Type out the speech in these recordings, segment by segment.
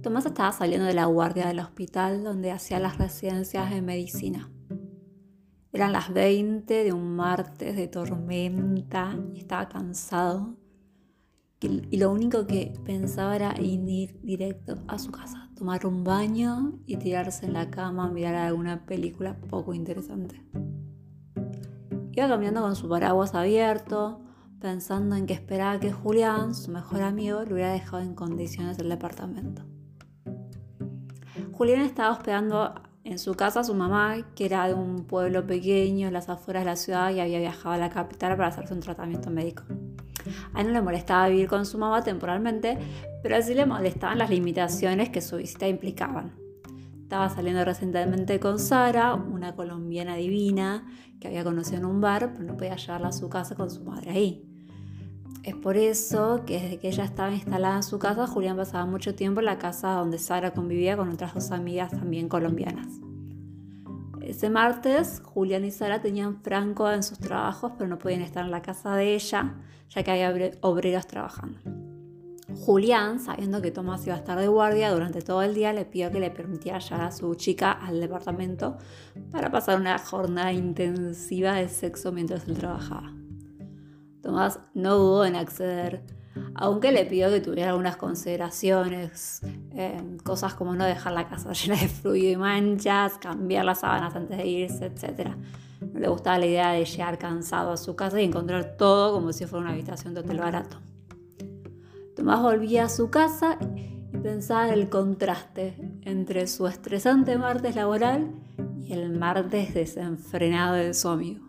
Tomás estaba saliendo de la guardia del hospital donde hacía las residencias de medicina. Eran las 20 de un martes de tormenta y estaba cansado. Y lo único que pensaba era ir directo a su casa, tomar un baño y tirarse en la cama a mirar alguna película poco interesante. Iba caminando con su paraguas abierto, pensando en que esperaba que Julián, su mejor amigo, lo hubiera dejado en condiciones el departamento. Julián estaba hospedando en su casa a su mamá, que era de un pueblo pequeño en las afueras de la ciudad y había viajado a la capital para hacerse un tratamiento médico. A él no le molestaba vivir con su mamá temporalmente, pero sí le molestaban las limitaciones que su visita implicaban. Estaba saliendo recientemente con Sara, una colombiana divina que había conocido en un bar, pero no podía llevarla a su casa con su madre ahí. Es por eso que desde que ella estaba instalada en su casa, Julián pasaba mucho tiempo en la casa donde Sara convivía con otras dos amigas también colombianas. Ese martes, Julián y Sara tenían franco en sus trabajos, pero no podían estar en la casa de ella, ya que había obreros trabajando. Julián, sabiendo que Tomás iba a estar de guardia durante todo el día, le pidió que le permitiera llevar a su chica al departamento para pasar una jornada intensiva de sexo mientras él trabajaba. Tomás no dudó en acceder, aunque le pidió que tuviera algunas consideraciones, cosas como no dejar la casa llena de fluido y manchas, cambiar las sábanas antes de irse, etc. No le gustaba la idea de llegar cansado a su casa y encontrar todo como si fuera una habitación de hotel barato. Tomás volvía a su casa y pensaba en el contraste entre su estresante martes laboral y el martes desenfrenado de su amigo.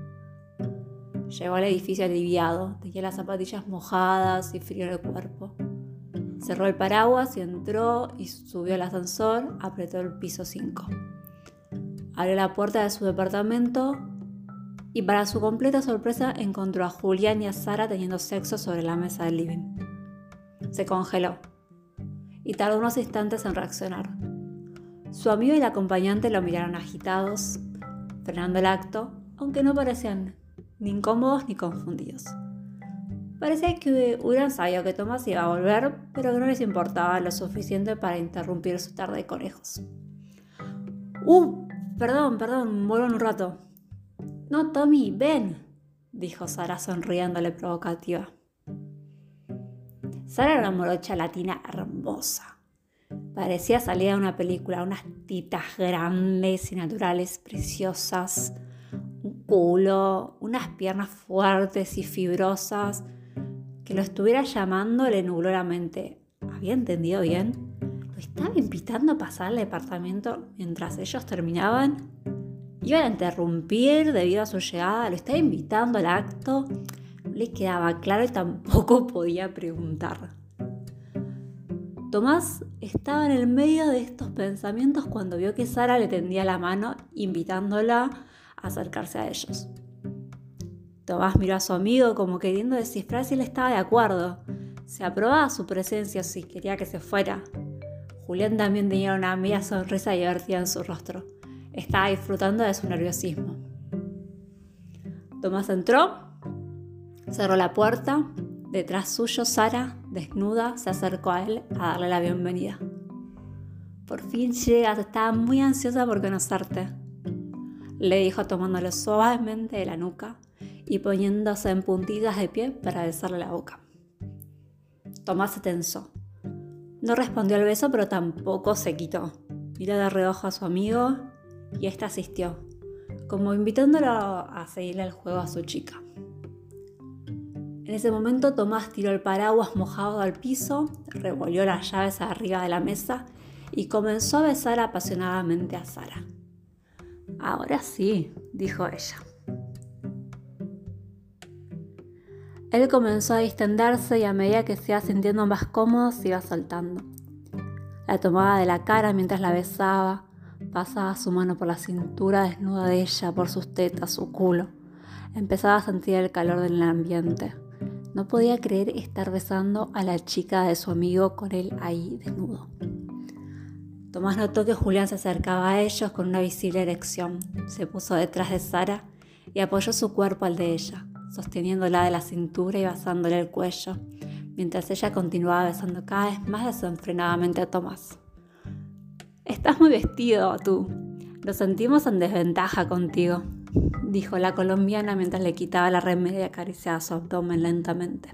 Llegó al edificio aliviado, tenía las zapatillas mojadas y frío en el cuerpo. Cerró el paraguas y entró y subió al ascensor, apretó el piso 5. Abrió la puerta de su departamento y para su completa sorpresa encontró a Julián y a Sara teniendo sexo sobre la mesa del living. Se congeló y tardó unos instantes en reaccionar. Su amigo y el acompañante lo miraron agitados, frenando el acto, aunque no parecían ni incómodos ni confundidos. Parecía que hubieran sabido que Tomás iba a volver, pero que no les importaba lo suficiente para interrumpir su tarde de conejos. Perdón, vuelvo en un rato. No, Tommy, ven, dijo Sara sonriéndole provocativa. Sara era una morocha latina hermosa. Parecía salida de una película, unas titas grandes y naturales, preciosas, un culo, unas piernas fuertes y fibrosas. Que lo estuviera llamando le nubló la mente. ¿Había entendido bien? ¿Lo estaba invitando a pasar al departamento mientras ellos terminaban? ¿Iban a interrumpir debido a su llegada? ¿Lo estaba invitando al acto? No le quedaba claro y tampoco podía preguntar. Tomás estaba en el medio de estos pensamientos cuando vio que Sara le tendía la mano, invitándola a acercarse a ellos. Tomás miró a su amigo como queriendo descifrar si él estaba de acuerdo, si aprobaba su presencia o si quería que se fuera. Julián también tenía una media sonrisa divertida en su rostro. Estaba disfrutando de su nerviosismo. Tomás entró, cerró la puerta. Detrás suyo, Sara, desnuda, se acercó a él a darle la bienvenida. Por fin llegas, estaba muy ansiosa por conocerte, le dijo tomándolo suavemente de la nuca y poniéndose en puntitas de pie para besarle la boca. Tomás se tensó. No respondió al beso, pero tampoco se quitó. Miró de reojo a su amigo y éste asistió, como invitándolo a seguirle el juego a su chica. En ese momento Tomás tiró el paraguas mojado al piso, revolvió las llaves arriba de la mesa y comenzó a besar apasionadamente a Sara. Ahora sí, dijo ella. Él comenzó a distenderse y a medida que se iba sintiendo más cómodo se iba soltando. La tomaba de la cara mientras la besaba, pasaba su mano por la cintura desnuda de ella, por sus tetas, su culo. Empezaba a sentir el calor del ambiente. No podía creer estar besando a la chica de su amigo con él ahí desnudo. Tomás notó que Julián se acercaba a ellos con una visible erección. Se puso detrás de Sara y apoyó su cuerpo al de ella, sosteniéndola de la cintura y besándole el cuello, mientras ella continuaba besando cada vez más desenfrenadamente a Tomás. «Estás muy vestido, tú. Nos sentimos en desventaja contigo», dijo la colombiana mientras le quitaba la remera y acariciaba su abdomen lentamente.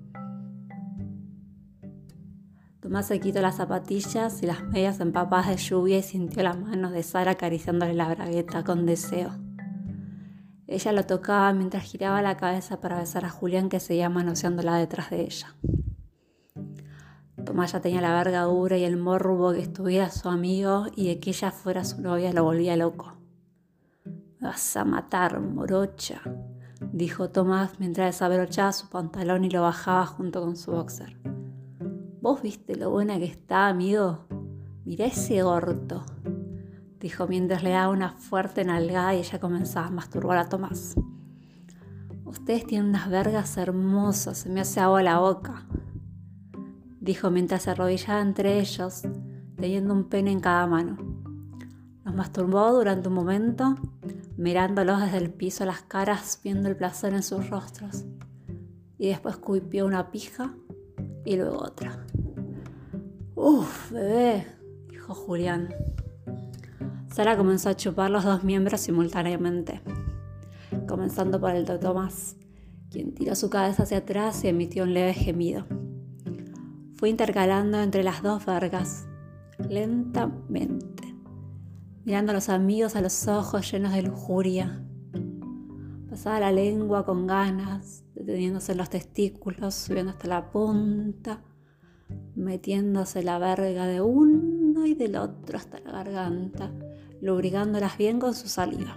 Tomás se quitó las zapatillas y las medias empapadas de lluvia y sintió las manos de Sara acariciándole la bragueta con deseo. Ella lo tocaba mientras giraba la cabeza para besar a Julián, que seguía manoseándola detrás de ella. Tomás ya tenía la verga dura y el morbo que estuviera su amigo y de que ella fuera su novia lo volvía loco. «Me vas a matar, morocha», dijo Tomás mientras desabrochaba su pantalón y lo bajaba junto con su boxer. «¿Vos viste lo buena que está, amigo? Mirá ese orto», dijo mientras le daba una fuerte nalgada y ella comenzaba a masturbar a Tomás. «Ustedes tienen unas vergas hermosas, se me hace agua la boca», dijo mientras se arrodillaba entre ellos, teniendo un pene en cada mano. Los masturbó durante un momento, mirándolos desde el piso a las caras, viendo el placer en sus rostros, y después cuipió una pija y luego otra. «Uf, bebé», dijo Julián. Sara comenzó a chupar los dos miembros simultáneamente, comenzando por el de Tomás, quien tiró su cabeza hacia atrás y emitió un leve gemido. Fue intercalando entre las dos vergas, lentamente, mirando a los amigos a los ojos llenos de lujuria. Pasaba la lengua con ganas, deteniéndose en los testículos, subiendo hasta la punta, metiéndose la verga de uno y del otro hasta la garganta, lubricándolas bien con su saliva.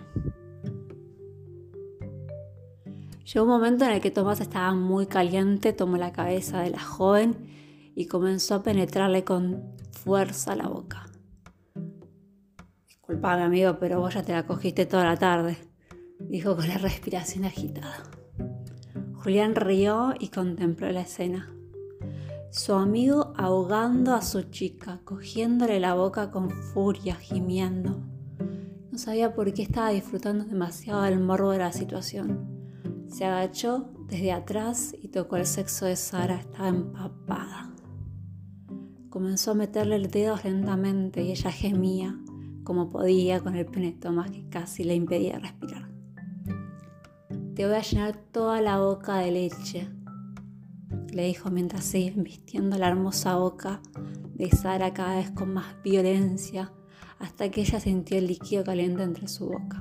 Llegó un momento en el que Tomás estaba muy caliente, tomó la cabeza de la joven y comenzó a penetrarle con fuerza la boca. «Disculpame, amigo, pero vos ya te la cogiste toda la tarde», dijo con la respiración agitada. Julián rió y contempló la escena. Su amigo ahogando a su chica, cogiéndole la boca con furia, gimiendo. No sabía por qué estaba disfrutando demasiado del morbo de la situación. Se agachó desde atrás y tocó el sexo de Sara. Estaba empapada. Comenzó a meterle los dedos lentamente y ella gemía como podía con el pene de Tomás que casi le impedía respirar. «Te voy a llenar toda la boca de leche», le dijo mientras seguía embistiendo la hermosa boca de Sara cada vez con más violencia, hasta que ella sintió el líquido caliente entre su boca.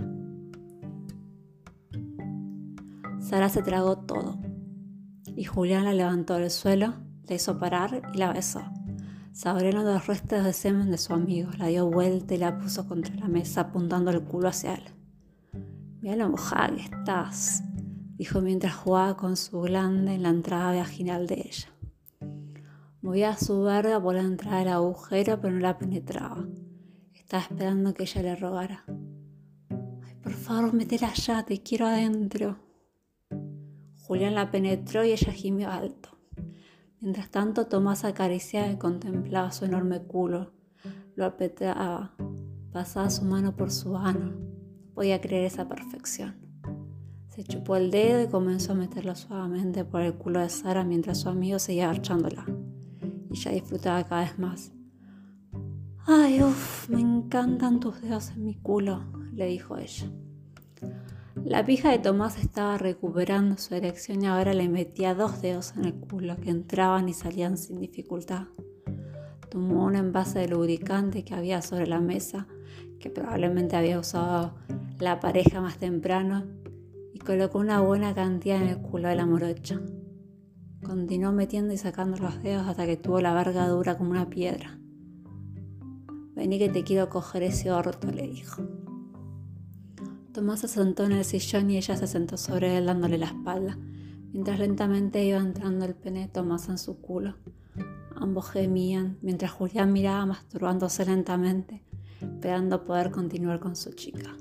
Sara se tragó todo y Julián la levantó del suelo, la hizo parar y la besó, saboreando los restos de semen de su amigo. La dio vuelta y la puso contra la mesa apuntando el culo hacia él. «Mira lo mojada que estás», dijo mientras jugaba con su glande en la entrada vaginal de ella. Movía su verga por la entrada del agujero, pero no la penetraba. Estaba esperando que ella le rogara. «Ay, por favor, métela ya, te quiero adentro». Julián la penetró y ella gimió alto. Mientras tanto, Tomás acariciaba y contemplaba su enorme culo. Lo apretaba, pasaba su mano por su ano. No podía creer esa perfección. Se chupó el dedo y comenzó a meterlo suavemente por el culo de Sara mientras su amigo seguía archándola. Y ella disfrutaba cada vez más. «Ay, uff, me encantan tus dedos en mi culo», le dijo ella. La pija de Tomás estaba recuperando su erección y ahora le metía 2 dedos en el culo que entraban y salían sin dificultad. Tomó un envase de lubricante que había sobre la mesa, que probablemente había usado la pareja más temprano, y colocó una buena cantidad en el culo de la morocha. Continuó metiendo y sacando los dedos hasta que tuvo la verga dura como una piedra. «Vení que te quiero coger ese orto», le dijo. Tomás se sentó en el sillón y ella se sentó sobre él dándole la espalda, mientras lentamente iba entrando el pene de Tomás en su culo. Ambos gemían, mientras Julián miraba masturbándose lentamente, esperando poder continuar con su chica.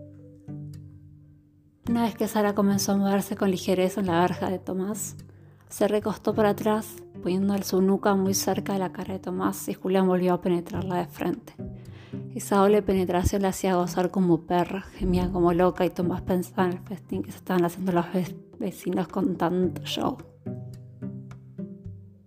Una vez que Sara comenzó a moverse con ligereza en la verja de Tomás, se recostó para atrás, poniendo su nuca muy cerca de la cara de Tomás, y Julián volvió a penetrarla de frente. Esa doble penetración la hacía gozar como perra, gemía como loca y Tomás pensaba en el festín que se estaban haciendo los vecinos con tanto show.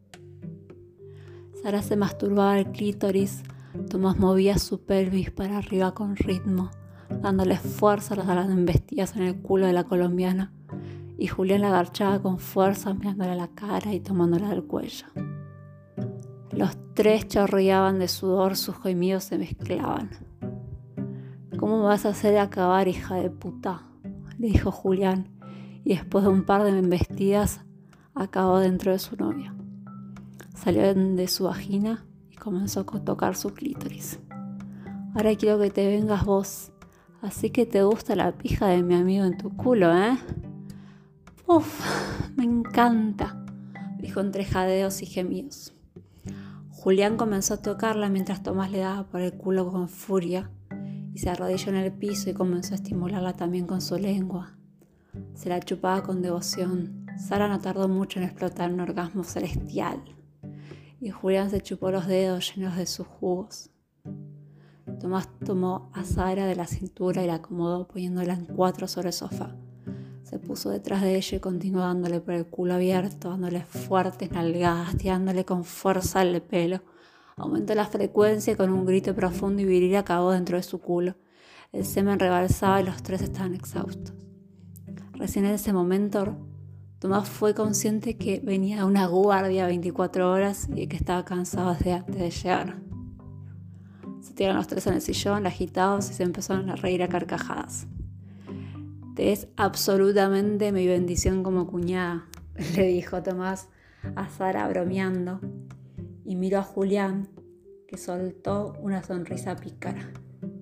Sara se masturbaba el clítoris. Tomás movía su pelvis para arriba con ritmo, dándole fuerza a las embestidas en el culo de la colombiana. Y Julián la agarchaba con fuerza, mirándola a la cara y tomándola del cuello. Los tres chorreaban de sudor, sus gemidos se mezclaban. ¿Cómo me vas a hacer acabar, hija de puta?, le dijo Julián, y después de un par de embestidas, acabó dentro de su novia. Salió de su vagina y comenzó a tocar su clítoris. Ahora quiero que te vengas vos, así que te gusta la pija de mi amigo en tu culo, ¿eh? Uf, me encanta, dijo entre jadeos y gemidos. Julián comenzó a tocarla mientras Tomás le daba por el culo con furia y se arrodilló en el piso y comenzó a estimularla también con su lengua. Se la chupaba con devoción. Sara no tardó mucho en explotar un orgasmo celestial y Julián se chupó los dedos llenos de sus jugos. Tomás tomó a Sara de la cintura y la acomodó poniéndola en cuatro sobre el sofá. Se puso detrás de ella y continuó dándole por el culo abierto, dándole fuertes nalgadas, tirándole con fuerza el pelo. Aumentó la frecuencia y con un grito profundo y viril acabó dentro de su culo. El semen rebalsaba y los tres estaban exhaustos. Recién en ese momento, Tomás fue consciente que venía una guardia 24 horas y que estaba cansado desde antes de llegar. Se tiraron los tres en el sillón, agitados, y se empezaron a reír a carcajadas. Te es absolutamente mi bendición como cuñada, le dijo Tomás a Sara bromeando, y miró a Julián, que soltó una sonrisa pícara.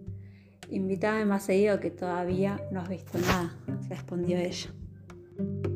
Invítame más seguido que todavía no has visto nada, respondió ella.